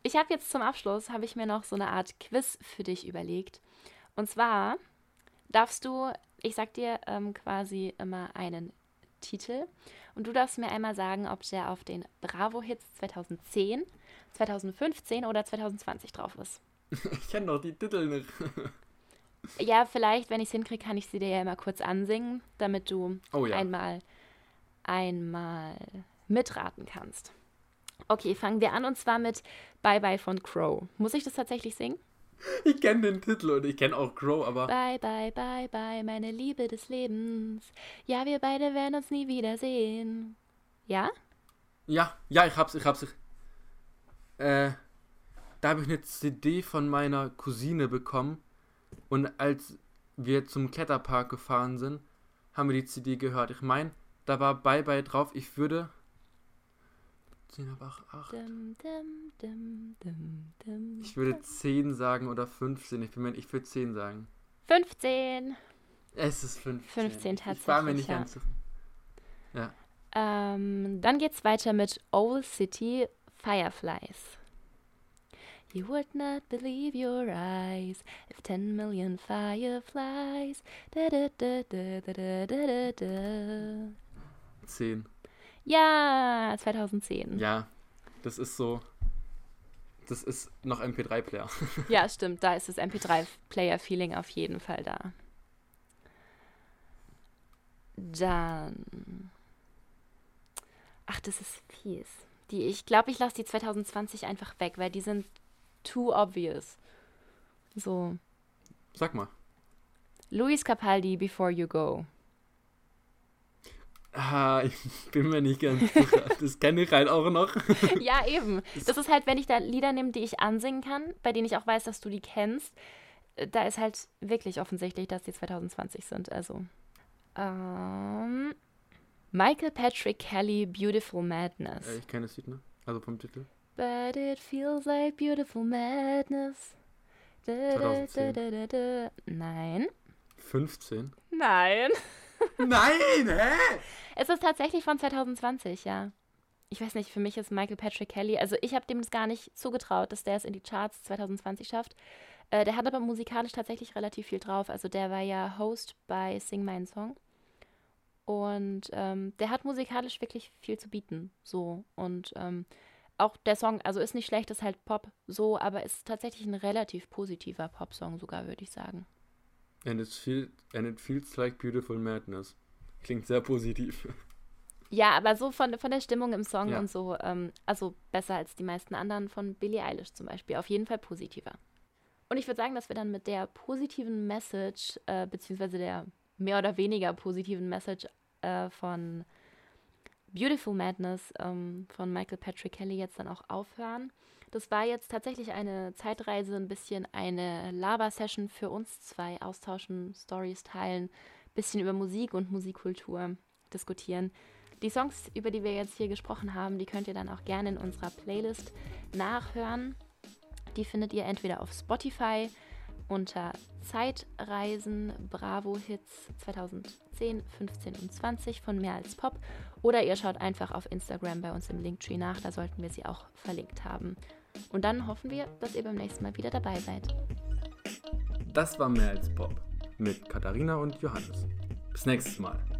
Ich habe jetzt zum Abschluss, habe ich mir noch so eine Art Quiz für dich überlegt. Und zwar darfst du, ich sag dir quasi immer einen Titel und du darfst mir einmal sagen, ob der auf den Bravo-Hits 2010, 2015 oder 2020 drauf ist. Ich kenne doch die Titel nicht. Ja, vielleicht, wenn ich es hinkriege, kann ich sie dir ja mal kurz ansingen, damit du einmal mitraten kannst. Okay, fangen wir an und zwar mit Bye Bye von Crow. Muss ich das tatsächlich singen? Ich kenne den Titel und ich kenne auch Crow, aber... Bye, bye, bye, bye, meine Liebe des Lebens. Ja, wir beide werden uns nie wiedersehen. Ja? Ja, ich hab's. Da habe ich eine CD von meiner Cousine bekommen und als wir zum Kletterpark gefahren sind, haben wir die CD gehört. Ich meine, da war Bye Bye drauf. Ich würde... 10, aber 8. Ich würde 10 sagen oder 15. Ich würde 10 sagen. 15. Es ist 15. 15 tatsächlich. Ich war mir nicht ganz sicher. Ja. Dann geht's weiter mit Owl City Fireflies. You would not believe your eyes if 10 million fireflies. Da, da, da, da, da, da, da. 10. Ja, 2010. Ja, das ist so. Das ist noch MP3-Player. Ja, stimmt, da ist das MP3-Player-Feeling auf jeden Fall da. Dann. Ach, das ist fies. Ich glaube, ich lasse die 2020 einfach weg, weil die sind too obvious. So. Sag mal. Luis Capaldi, Before You Go. Ich bin mir nicht ganz sicher. Das kenne ich halt auch noch. Ja, eben. Das ist halt, wenn ich da Lieder nehme, die ich ansingen kann, bei denen ich auch weiß, dass du die kennst, da ist halt wirklich offensichtlich, dass die 2020 sind. Also. Michael Patrick Kelly, Beautiful Madness. Ich kenne das Lied, ne? Also vom Titel. But it feels like beautiful madness. 2010. Nein. 15? Nein. Nein, hä? Es ist tatsächlich von 2020, ja. Ich weiß nicht, für mich ist Michael Patrick Kelly, also ich habe dem das gar nicht zugetraut, dass der es in die Charts 2020 schafft. Der hat aber musikalisch tatsächlich relativ viel drauf. Also der war ja Host bei Sing Mein Song. Und der hat musikalisch wirklich viel zu bieten. So. Und auch der Song, also ist nicht schlecht, ist halt Pop so, aber ist tatsächlich ein relativ positiver Popsong sogar, würde ich sagen. And it feels like beautiful madness. Klingt sehr positiv. Ja, aber so von der Stimmung im Song Ja. und so, also besser als die meisten anderen von Billie Eilish zum Beispiel. Auf jeden Fall positiver. Und ich würde sagen, dass wir dann mit der positiven Message, beziehungsweise der mehr oder weniger positiven Message von Beautiful Madness von Michael Patrick Kelly jetzt dann auch aufhören. Das war jetzt tatsächlich eine Zeitreise, ein bisschen eine Laber-Session für uns zwei. Austauschen, Stories teilen, bisschen über Musik und Musikkultur diskutieren. Die Songs, über die wir jetzt hier gesprochen haben, die könnt ihr dann auch gerne in unserer Playlist nachhören. Die findet ihr entweder auf Spotify unter Zeitreisen Bravo Hits 2010, 15 und 20 von Mehr als Pop oder ihr schaut einfach auf Instagram bei uns im Linktree nach, da sollten wir sie auch verlinkt haben. Und dann hoffen wir, dass ihr beim nächsten Mal wieder dabei seid. Das war Mehr als Pop mit Katharina und Johannes. Bis nächstes Mal.